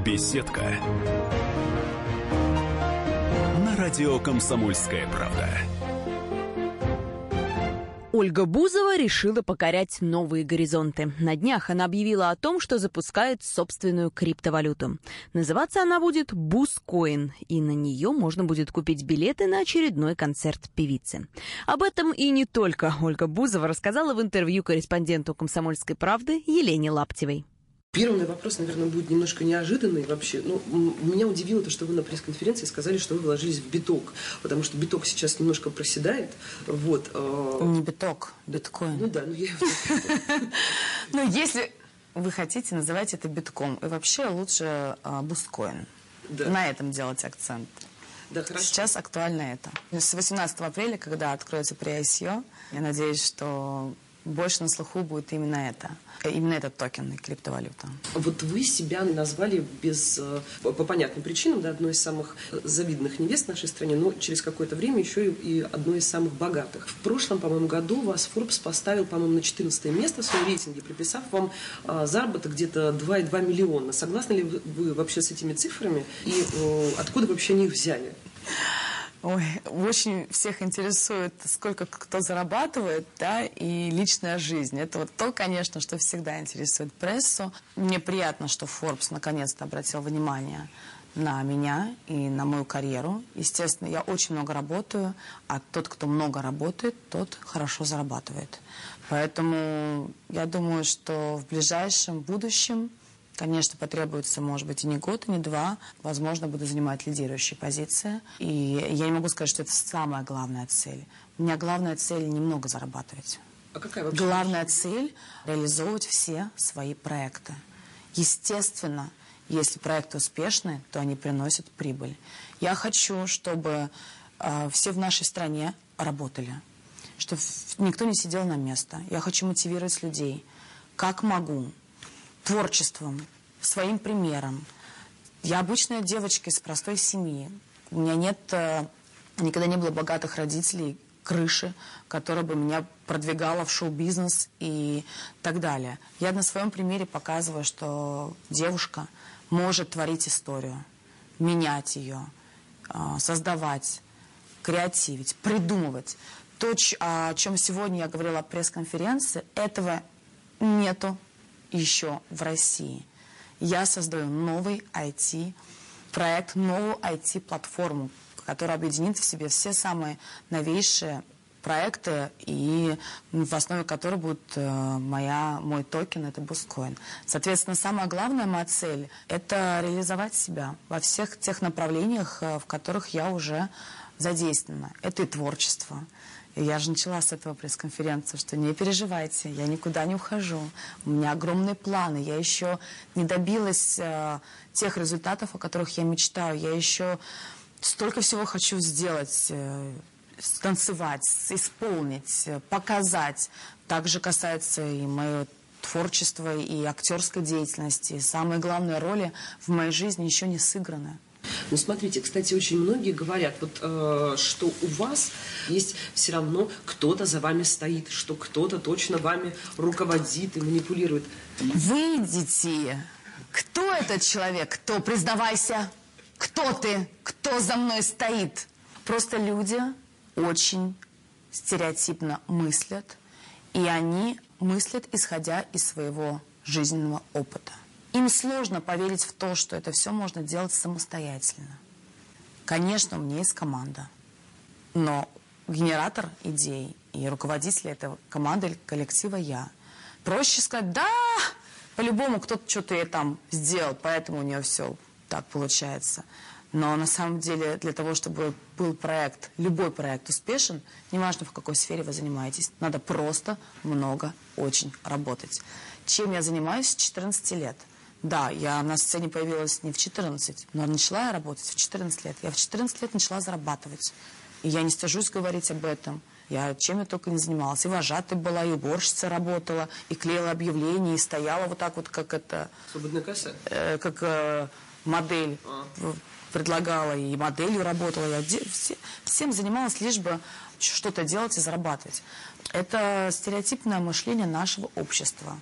Беседка. На радио «Комсомольская правда». Ольга Бузова решила покорять новые горизонты. На днях она объявила о том, что запускает собственную криптовалюту. Называться она будет BuzCoin, и на нее можно будет купить билеты на очередной концерт певицы. Об этом и не только Ольга Бузова рассказала в интервью корреспонденту «Комсомольской правды» Елене Лаптевой. Первый вопрос, наверное, будет немножко неожиданный вообще. Ну, меня удивило то, что вы на пресс-конференции сказали, что вы вложились в биток, потому что биток сейчас немножко проседает. Вот. Не биток, биткоин. Ну да, ну я... Ну, если вы хотите, называйте это битком. И вообще лучше BuzCoin. На этом делать акцент. Да, хорошо. Сейчас актуально это. С 18 апреля, когда откроется pre-ICO, я надеюсь, что больше на слуху будет именно это. Именно этот токен и криптовалюта. Вот вы себя назвали по понятным причинам, да, одной из самых завидных невест в нашей стране, но через какое-то время еще и одной из самых богатых. В прошлом, по-моему, году вас Forbes поставил, по-моему, на 14 место в своем рейтинге, приписав вам заработок где-то 2,2 миллиона. Согласны ли вы вообще с этими цифрами? И откуда вообще они их взяли? Ой, очень всех интересует, сколько кто зарабатывает, да, и личная жизнь. Это вот то, конечно, что всегда интересует прессу. Мне приятно, что Forbes наконец-то обратил внимание на меня и на мою карьеру. Естественно, я очень много работаю, а тот, кто много работает, тот хорошо зарабатывает. Поэтому я думаю, что в ближайшем будущем, конечно, потребуется, может быть, и не год, и не два. Возможно, буду занимать лидирующие позиции. И я не могу сказать, что это самая главная цель. У меня главная цель немного зарабатывать. А какая вообще? Главная цель – реализовывать все свои проекты. Естественно, если проекты успешны, то они приносят прибыль. Я хочу, чтобы все в нашей стране работали, чтобы никто не сидел на место. Я хочу мотивировать людей, как могу, творчеством, своим примером. Я обычная девочка из простой семьи. У меня никогда не было богатых родителей, крыши, которая бы меня продвигала в шоу-бизнес и так далее. Я на своем примере показываю, что девушка может творить историю, менять ее, создавать, креативить, придумывать. То, о чем сегодня я говорила на пресс-конференции, этого нету еще в России. Я создаю новый IT-проект, новую IT-платформу, которая объединит в себе все самые новейшие проекты, и в основе которой будет мой токен, это BuzCoin. Соответственно, самая главная моя цель – это реализовать себя во всех тех направлениях, в которых я уже задействована. Это и творчество. Я же начала с этого пресс-конференции, что не переживайте, я никуда не ухожу. У меня огромные планы, я еще не добилась тех результатов, о которых я мечтаю. Я еще столько всего хочу сделать, станцевать, исполнить, показать. Также касается и моего творчества, и актерской деятельности. Самые главные роли в моей жизни еще не сыграны. Ну, смотрите, кстати, очень многие говорят, что у вас есть все равно кто-то за вами стоит, что кто-то точно вами руководит и манипулирует. Выйдите! Кто этот человек? Кто? Признавайся! Кто ты? Кто за мной стоит? Просто люди очень стереотипно мыслят, и они мыслят, исходя из своего жизненного опыта. Им сложно поверить в то, что это все можно делать самостоятельно. Конечно, у меня есть команда, но генератор идей и руководитель этой команды или коллектива я. Проще сказать, да, по-любому кто-то что-то там сделал, поэтому у нее все так получается. Но на самом деле для того, чтобы был проект, любой проект успешен, неважно в какой сфере вы занимаетесь, надо просто много очень работать. Чем я занимаюсь с 14 лет? Да, я на сцене появилась не в 14, но начала я работать в 14 лет. Я в 14 лет начала зарабатывать. И я не стыжусь говорить об этом. Чем я только не занималась. И вожатой была, и уборщица работала, и клеила объявления, и стояла вот так вот, как это... Свободная касса? Как модель предлагала, и моделью работала. Я всем занималась, лишь бы что-то делать и зарабатывать. Это стереотипное мышление нашего общества.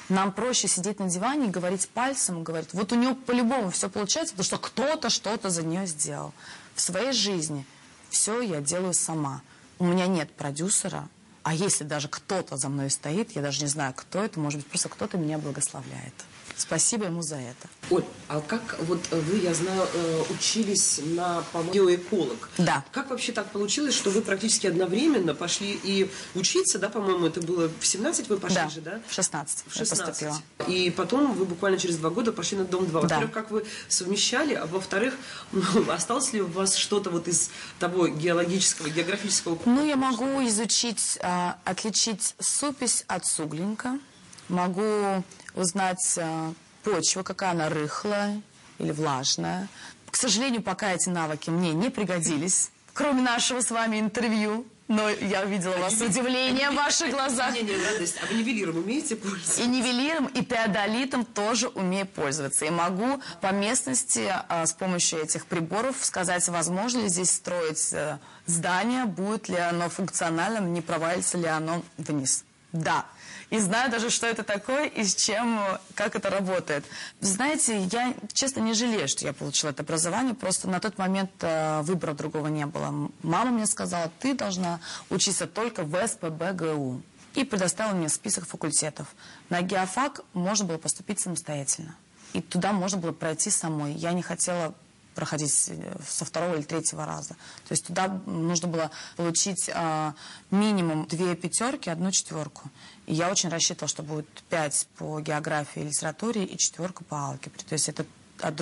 Нам проще сидеть на диване и говорить пальцем, говорить, вот у нее по-любому все получается, потому что кто-то что-то за нее сделал. В своей жизни все я делаю сама. У меня нет продюсера, а если даже кто-то за мной стоит, я даже не знаю, кто это, может быть, просто кто-то меня благословляет. Спасибо ему за это. Оль, а как вот вы, я знаю, учились на, по-моему, геоэколог? Да. Как вообще так получилось, что вы практически одновременно пошли и учиться, да, по-моему, это было в 17 вы пошли же, да? В 16 В 16. я поступила. И потом вы буквально через 2 года пошли на Дом-2. Да. Во-первых, как вы совмещали, а во-вторых, осталось ли у вас что-то вот из того географического... Ну, я могу изучить, отличить супесь от суглинка. Могу узнать почву, какая она рыхлая или влажная. К сожалению, пока эти навыки мне не пригодились, кроме нашего с вами интервью. Но я видела у вас удивление в ваших глазах. Не, радость. А вы нивелиром умеете пользоваться? И нивелиром, и теодолитом тоже умею пользоваться. И могу по местности с помощью этих приборов сказать, возможно ли здесь строить здание, будет ли оно функциональным, не провалится ли оно вниз. Да. И знаю даже, что это такое и с чем, как это работает. Знаете, я, честно, не жалею, что я получила это образование. Просто на тот момент выбора другого не было. Мама мне сказала, ты должна учиться только в СПбГУ. И предоставила мне список факультетов. На геофак можно было поступить самостоятельно. И туда можно было пройти самой. Я не хотела проходить со 2-го или 3-го раза. То есть туда нужно было получить минимум 2 пятерки, 1 четверку. И я очень рассчитывала, что будет 5 по географии и литературе и 4 по алгебре. То есть это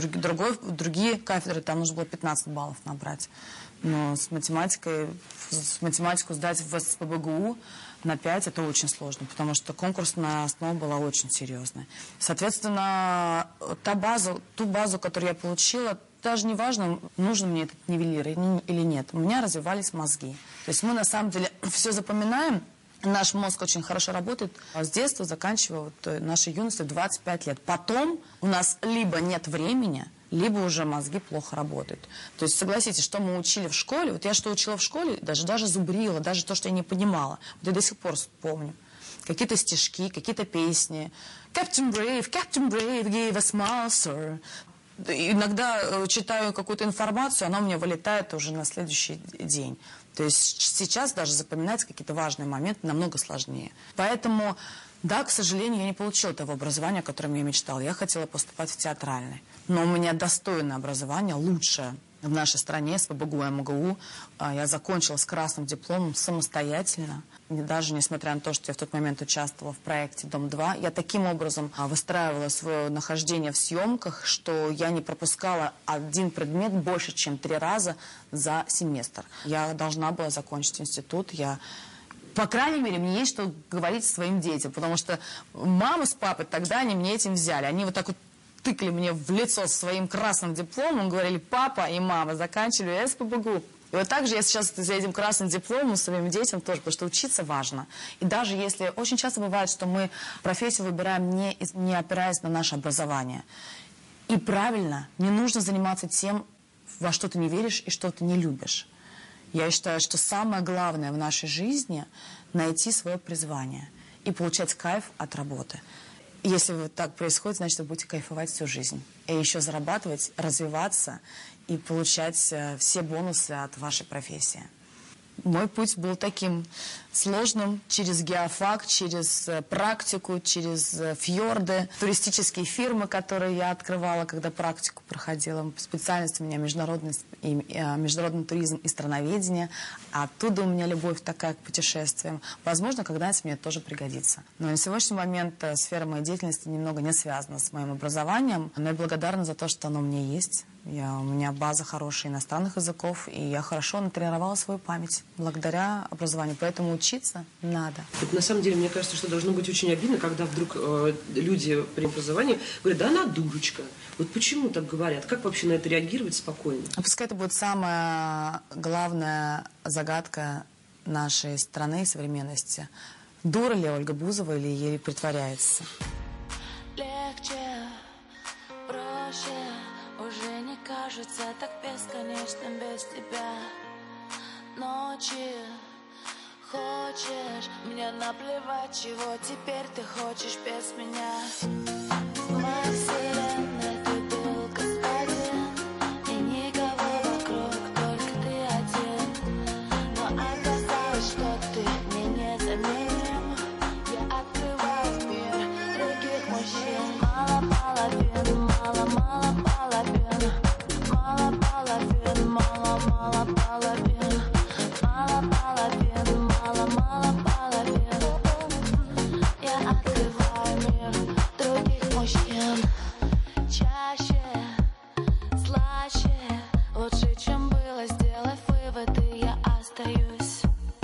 другие кафедры, там нужно было 15 баллов набрать. Но с математику сдать в СПбГУ на 5 это очень сложно, потому что конкурсная основа была очень серьезная. Соответственно, ту базу, которую я получила, даже не важно, нужен мне этот нивелир или нет. У меня развивались мозги. То есть мы на самом деле все запоминаем. Наш мозг очень хорошо работает с детства, заканчивая нашей юностью 25 лет. Потом у нас либо нет времени, либо уже мозги плохо работают. То есть согласитесь, что мы учили в школе. Вот я что учила в школе, даже зубрила, даже то, что я не понимала. Вот я до сих пор помню. Какие-то стишки, какие-то песни. Captain Brave gave a smile, sir. Иногда читаю какую-то информацию, она у меня вылетает уже на следующий день. То есть сейчас даже запоминать какие-то важные моменты намного сложнее. Поэтому, да, к сожалению, я не получила того образования, о котором я мечтала. Я хотела поступать в театральный. Но у меня достойное образование, лучшее в нашей стране, СПбГУ и МГУ. Я закончила с красным дипломом самостоятельно. Даже несмотря на то, что я в тот момент участвовала в проекте «Дом-2», я таким образом выстраивала свое нахождение в съемках, что я не пропускала один предмет больше, чем 3 раза за семестр. Я должна была закончить институт. По крайней мере, мне есть что говорить своим детям, потому что мама с папой тогда они мне этим взяли. Они вот так вот тыкали мне в лицо своим красным дипломом, говорили, папа и мама заканчивали СПбГУ. И вот так же я сейчас за этим красным дипломом своим детям тоже, потому что учиться важно. И даже если... Очень часто бывает, что мы профессию выбираем не опираясь на наше образование. И правильно, не нужно заниматься тем, во что ты не веришь и что ты не любишь. Я считаю, что самое главное в нашей жизни – найти свое призвание и получать кайф от работы. Если вот так происходит, значит, вы будете кайфовать всю жизнь. И еще зарабатывать, развиваться и получать все бонусы от вашей профессии. Мой путь был таким сложным, через геофак, через практику, через фьорды, туристические фирмы, которые я открывала, когда практику проходила. Специальность у меня международный туризм и страноведение. А оттуда у меня любовь такая к путешествиям. Возможно, когда-нибудь мне это тоже пригодится. Но на сегодняшний момент сфера моей деятельности немного не связана с моим образованием. Но я благодарна за то, что оно у меня есть. У меня база хорошая иностранных языков, и я хорошо натренировала свою память благодаря образованию. Поэтому учиться надо. Вот на самом деле, мне кажется, что должно быть очень обидно, когда вдруг люди при образовании говорят, да она дурочка. Вот почему так говорят? Как вообще на это реагировать спокойно? А пускай это будет самая главная загадка нашей страны и современности. Дура ли Ольга Бузова или ей притворяется? Легче, проще, уже не кажется так бесконечным без тебя. Ночи Хочешь, мне наплевать, чего теперь ты хочешь без меня. В моей вселенной ты был господин, и никого вокруг, только ты один. Но оказалось, что ты мне незаменим. Я открываю мир других мужчин. Мало половин, мало половин, мало половин, мало половин, мало половин, мало половин. Я открываю мир других мужчин. Чаще, слаще, лучше, чем было, сделав выводы, я остаюсь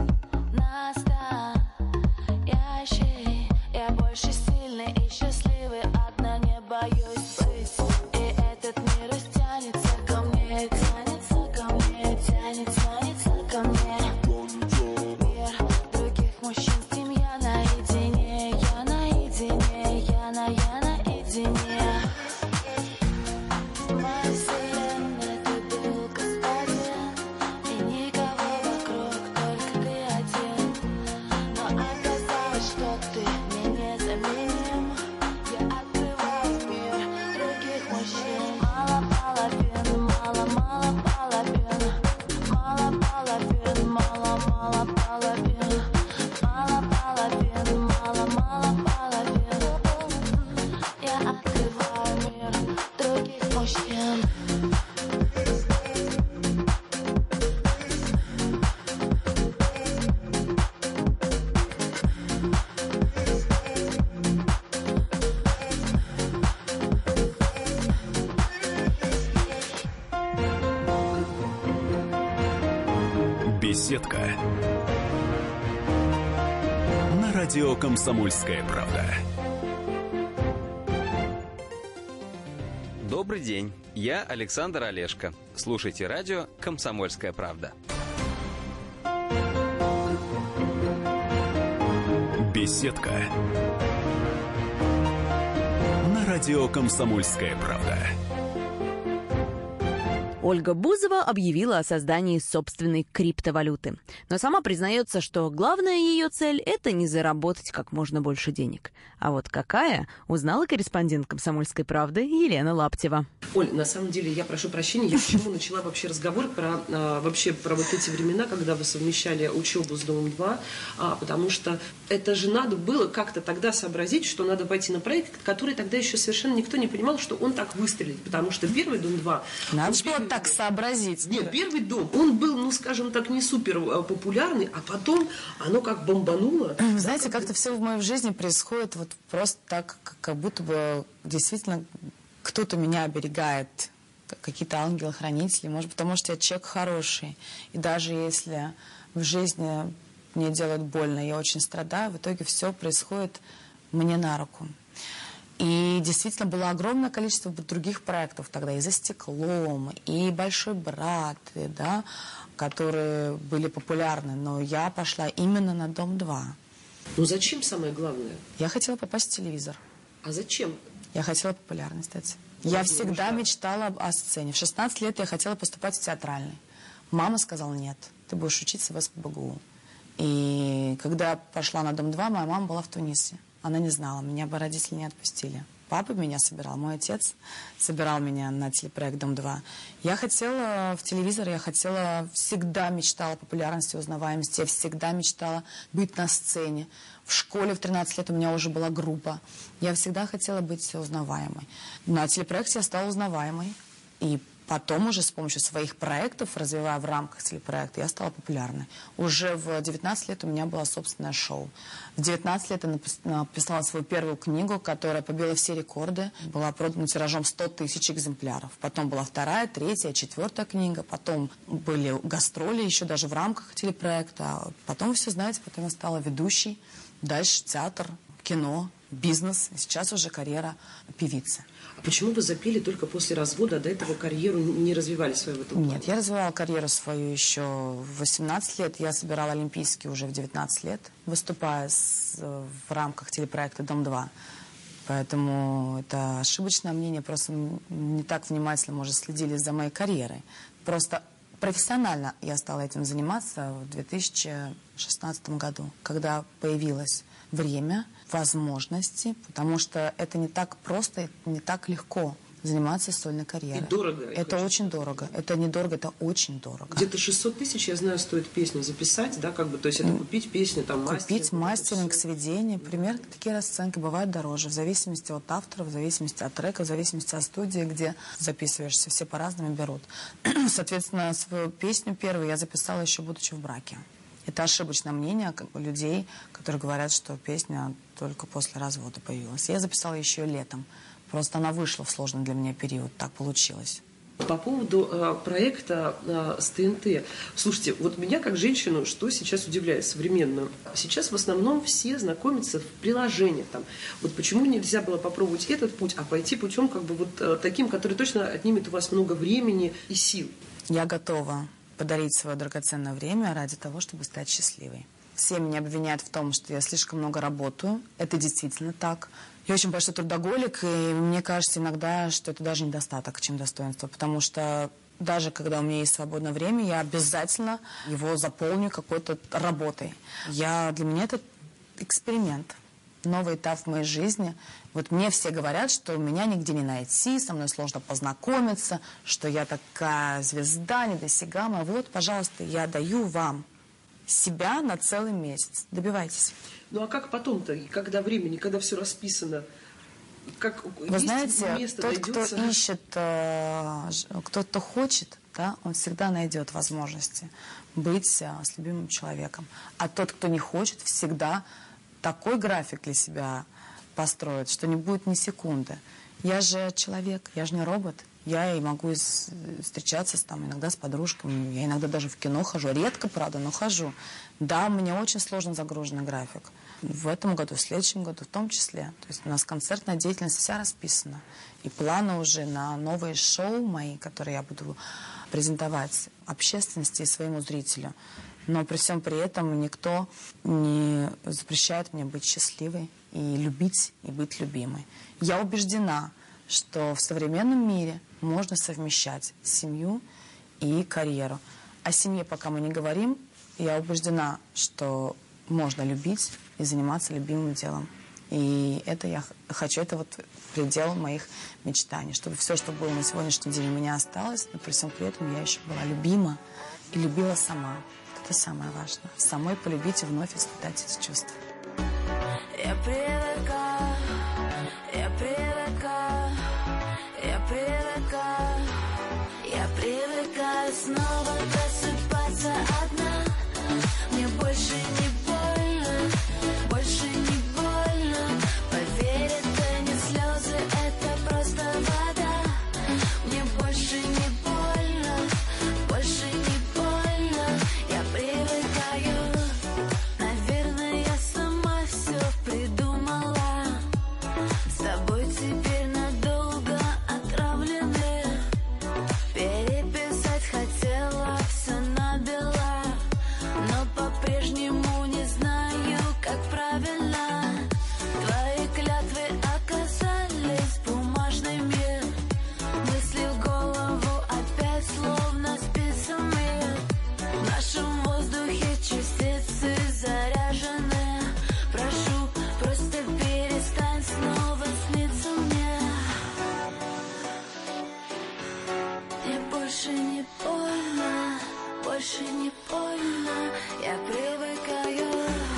настоящей. Я больше сильный и счастливый, одна не боюсь быть. И этот мир тянется ко мне, тянется ко мне, тянется ко мне. Мир других мужчин, с ним я наедине, я наедине, я наедине. В моей вселенной ты был господин, и никого вокруг, только ты один. Но оказалось, что ты мне незаменим. Я открываю мир других мужчин. Мало половин, мало половин, мало половин, мало половин, мало половин, мало половин. Я открываю мир других мужчин. Беседка. На радио «Комсомольская правда». Добрый день, я Александр Олешко. Слушайте радио «Комсомольская правда». Беседка. На радио «Комсомольская правда». Ольга Бузова объявила о создании собственной криптовалюты. Но сама признается, что главная ее цель – это не заработать как можно больше денег. А вот какая, узнала корреспондент «Комсомольской правды» Елена Лаптева. Оль, на самом деле, я прошу прощения, я почему начала вообще разговор про вот эти времена, когда вы совмещали учебу с Домом-2, потому что это же надо было как-то тогда сообразить, что надо пойти на проект, который тогда еще совершенно никто не понимал, что он так выстрелит, потому что первый Дом-2... Надо было так сообразить. Нет, первый Дом, он был, ну, скажем так, не супер популярный, а потом оно как бомбануло. Знаете, как-то все в моей жизни происходит вот просто так, как будто бы действительно кто-то меня оберегает, какие-то ангелы-хранители, может, потому что я человек хороший. И даже если в жизни мне делают больно, я очень страдаю, в итоге все происходит мне на руку. И действительно было огромное количество других проектов тогда, и «За стеклом», и «Большой брат», да, которые были популярны, но я пошла именно на Дом-2. Ну зачем самое главное? Я хотела попасть в телевизор. А зачем? Я хотела популярной стать. Я всегда мечтала о сцене. В 16 лет я хотела поступать в театральный. Мама сказала: нет, ты будешь учиться в СПбГУ. И когда я пошла на Дом-2, моя мама была в Тунисе. Она не знала, меня бы родители не отпустили. Папа меня собирал, мой отец собирал меня на телепроект «Дом-2». Я хотела в телевизор, я всегда мечтала о популярности, узнаваемости, я всегда мечтала быть на сцене. В школе в 13 лет у меня уже была группа. Я всегда хотела быть узнаваемой. На телепроекте я стала узнаваемой. И потом уже с помощью своих проектов, развивая в рамках телепроекта, я стала популярной. Уже в 19 лет у меня было собственное шоу. В 19 лет я написала свою первую книгу, которая побила все рекорды. Была продана тиражом 100 тысяч экземпляров. Потом была вторая, третья, четвертая книга. Потом были гастроли еще даже в рамках телепроекта. Потом, вы все знаете, потом я стала ведущей. Дальше театр, кино, бизнес. Сейчас уже карьера певицы. А почему вы запели только после развода, а до этого карьеру не развивали свою в этом плане? Нет, я развивала карьеру свою еще в 18 лет. Я собирала олимпийские уже в 19 лет, выступая в рамках телепроекта «Дом-2». Поэтому это ошибочное мнение. Просто не так внимательно, может, следили за моей карьерой. Просто Профессионально я стала этим заниматься в 2016 году, когда появилось время, возможности, потому что это не так просто, не так легко заниматься сольной карьерой. И дорого. Это очень дорого. Это недорого, это очень дорого. Где-то 600 тысяч, я знаю, стоит песню записать, да, как бы, то есть это купить песню, там, Купить мастеринг, сведение. Примерно такие расценки бывают дороже, в зависимости от автора, в зависимости от трека, в зависимости от студии, где записываешься. Все по-разному берут. Соответственно, свою песню первую я записала еще будучи в браке. Это ошибочное мнение как бы, людей, которые говорят, что песня только после развода появилась. Я записала еще летом. Просто она вышла в сложный для меня период. Так получилось. По поводу проекта с ТНТ. Слушайте, вот меня как женщину, что сейчас удивляет современную? Сейчас в основном все знакомятся в приложениях. Там. Вот почему нельзя было попробовать этот путь, а пойти путем как бы вот таким, который точно отнимет у вас много времени и сил? Я готова подарить свое драгоценное время ради того, чтобы стать счастливой. Все меня обвиняют в том, что я слишком много работаю. Это действительно так. Я очень большой трудоголик, и мне кажется иногда, что это даже недостаток, чем достоинство. Потому что даже когда у меня есть свободное время, я обязательно его заполню какой-то работой. Для меня это эксперимент, новый этап в моей жизни. Вот мне все говорят, что меня нигде не найти, со мной сложно познакомиться, что я такая звезда недосягаемая. Вот, пожалуйста, я даю вам себя на целый месяц. Добивайтесь. Ну а как потом-то, когда времени, когда все расписано? Как, вы знаете, место тот, найдется? кто ищет, кто хочет, да, он всегда найдет возможности быть с любимым человеком. А тот, кто не хочет, всегда такой график для себя построит, что не будет ни секунды. Я же человек, я же не робот. Я и могу встречаться иногда с подружками. Я иногда даже в кино хожу. Редко, правда, но хожу. Да, у меня очень сложно загруженный график. В этом году, в следующем году в том числе. То есть у нас концертная деятельность вся расписана. И планы уже на новые шоу мои, которые я буду презентовать общественности и своему зрителю. Но при всем при этом никто не запрещает мне быть счастливой и любить, и быть любимой. Я убеждена, что в современном мире можно совмещать семью и карьеру. О семье пока мы не говорим. Я убеждена, что можно любить и заниматься любимым делом. И это я хочу, это вот предел моих мечтаний. Чтобы все, что было на сегодняшний день, у меня осталось, но при всем при этом я еще была любима и любила сама. Это самое важное. Самой полюбить и вновь испытать эти чувства. Я привыкаю, я привыкаю, я привыкаю, я привыкаю снова просыпаться одна. Мне больше не больно, больше не больно. Поверь, это не слезы, это просто вода. Мне больше не больно, больше не больно. Я привыкаю, наверное, я сама все придумала. С тобой теперь надолго отравлены. Переписать хотела все набила, но по-прежнему не знаю, как правильно. Твои клятвы оказались бумажными. Мысли в голову опять словно спицами. В нашем воздухе частицы заряжены. Прошу, просто перестань снова сниться мне. Мне больше не больно, больше не больно. Я привыкаю.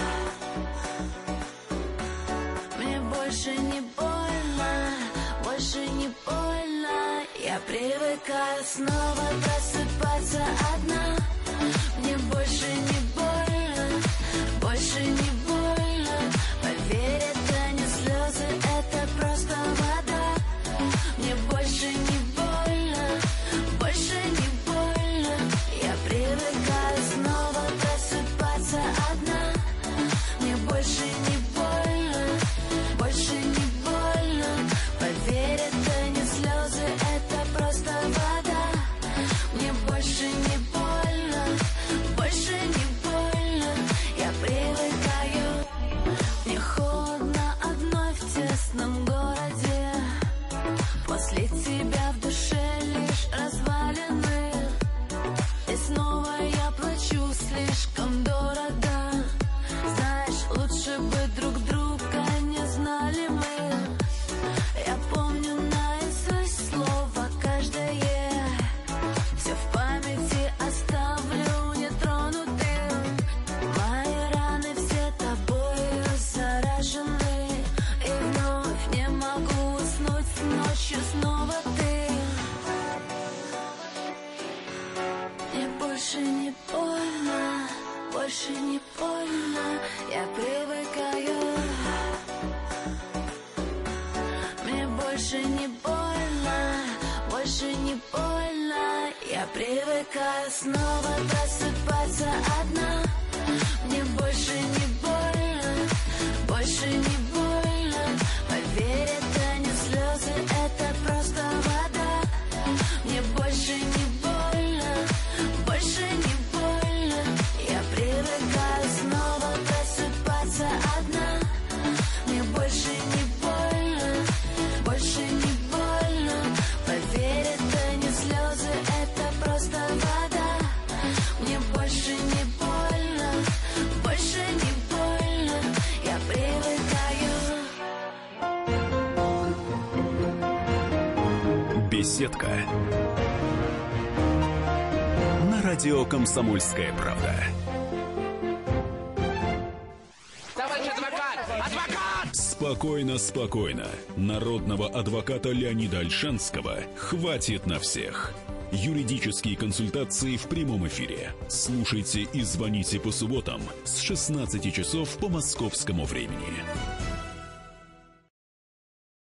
Мне больше не больно, больше не больно. Я привыкаю снова просыпаться одна. Мне больше не больно, больше не больно. Поверь, это не слезы, это просто вода. Мне больше не больно, больше не больно. Я привыкаю снова просыпаться одна. Мне больше не больно, больше не больно. Поверь, это не слезы, это просто вода. Мне больше не больно, больше не больно. ночью снова ты. Мне больше не больно, больше не больно, я привыкаю. Мне больше не больно, больше не больно, я привыкаю снова просыпаться одна. Мне больше не больно, больше не больно, поверь, это не слезы, это просто вода. Мне больше не больно, больше не больно, я привыкаю снова просыпаться одна. Мне больше не больно, больше не больно, поверь, это не слезы, это просто вода. Мне больше не больно, больше не больно, я привыкаю. Беседка. На радио «Комсомольская правда». Товарищ адвокат! Адвокат! Спокойно, спокойно. Народного адвоката Леонида Ольшанского хватит на всех. Юридические консультации в прямом эфире. Слушайте и звоните по субботам с 16 часов по московскому времени.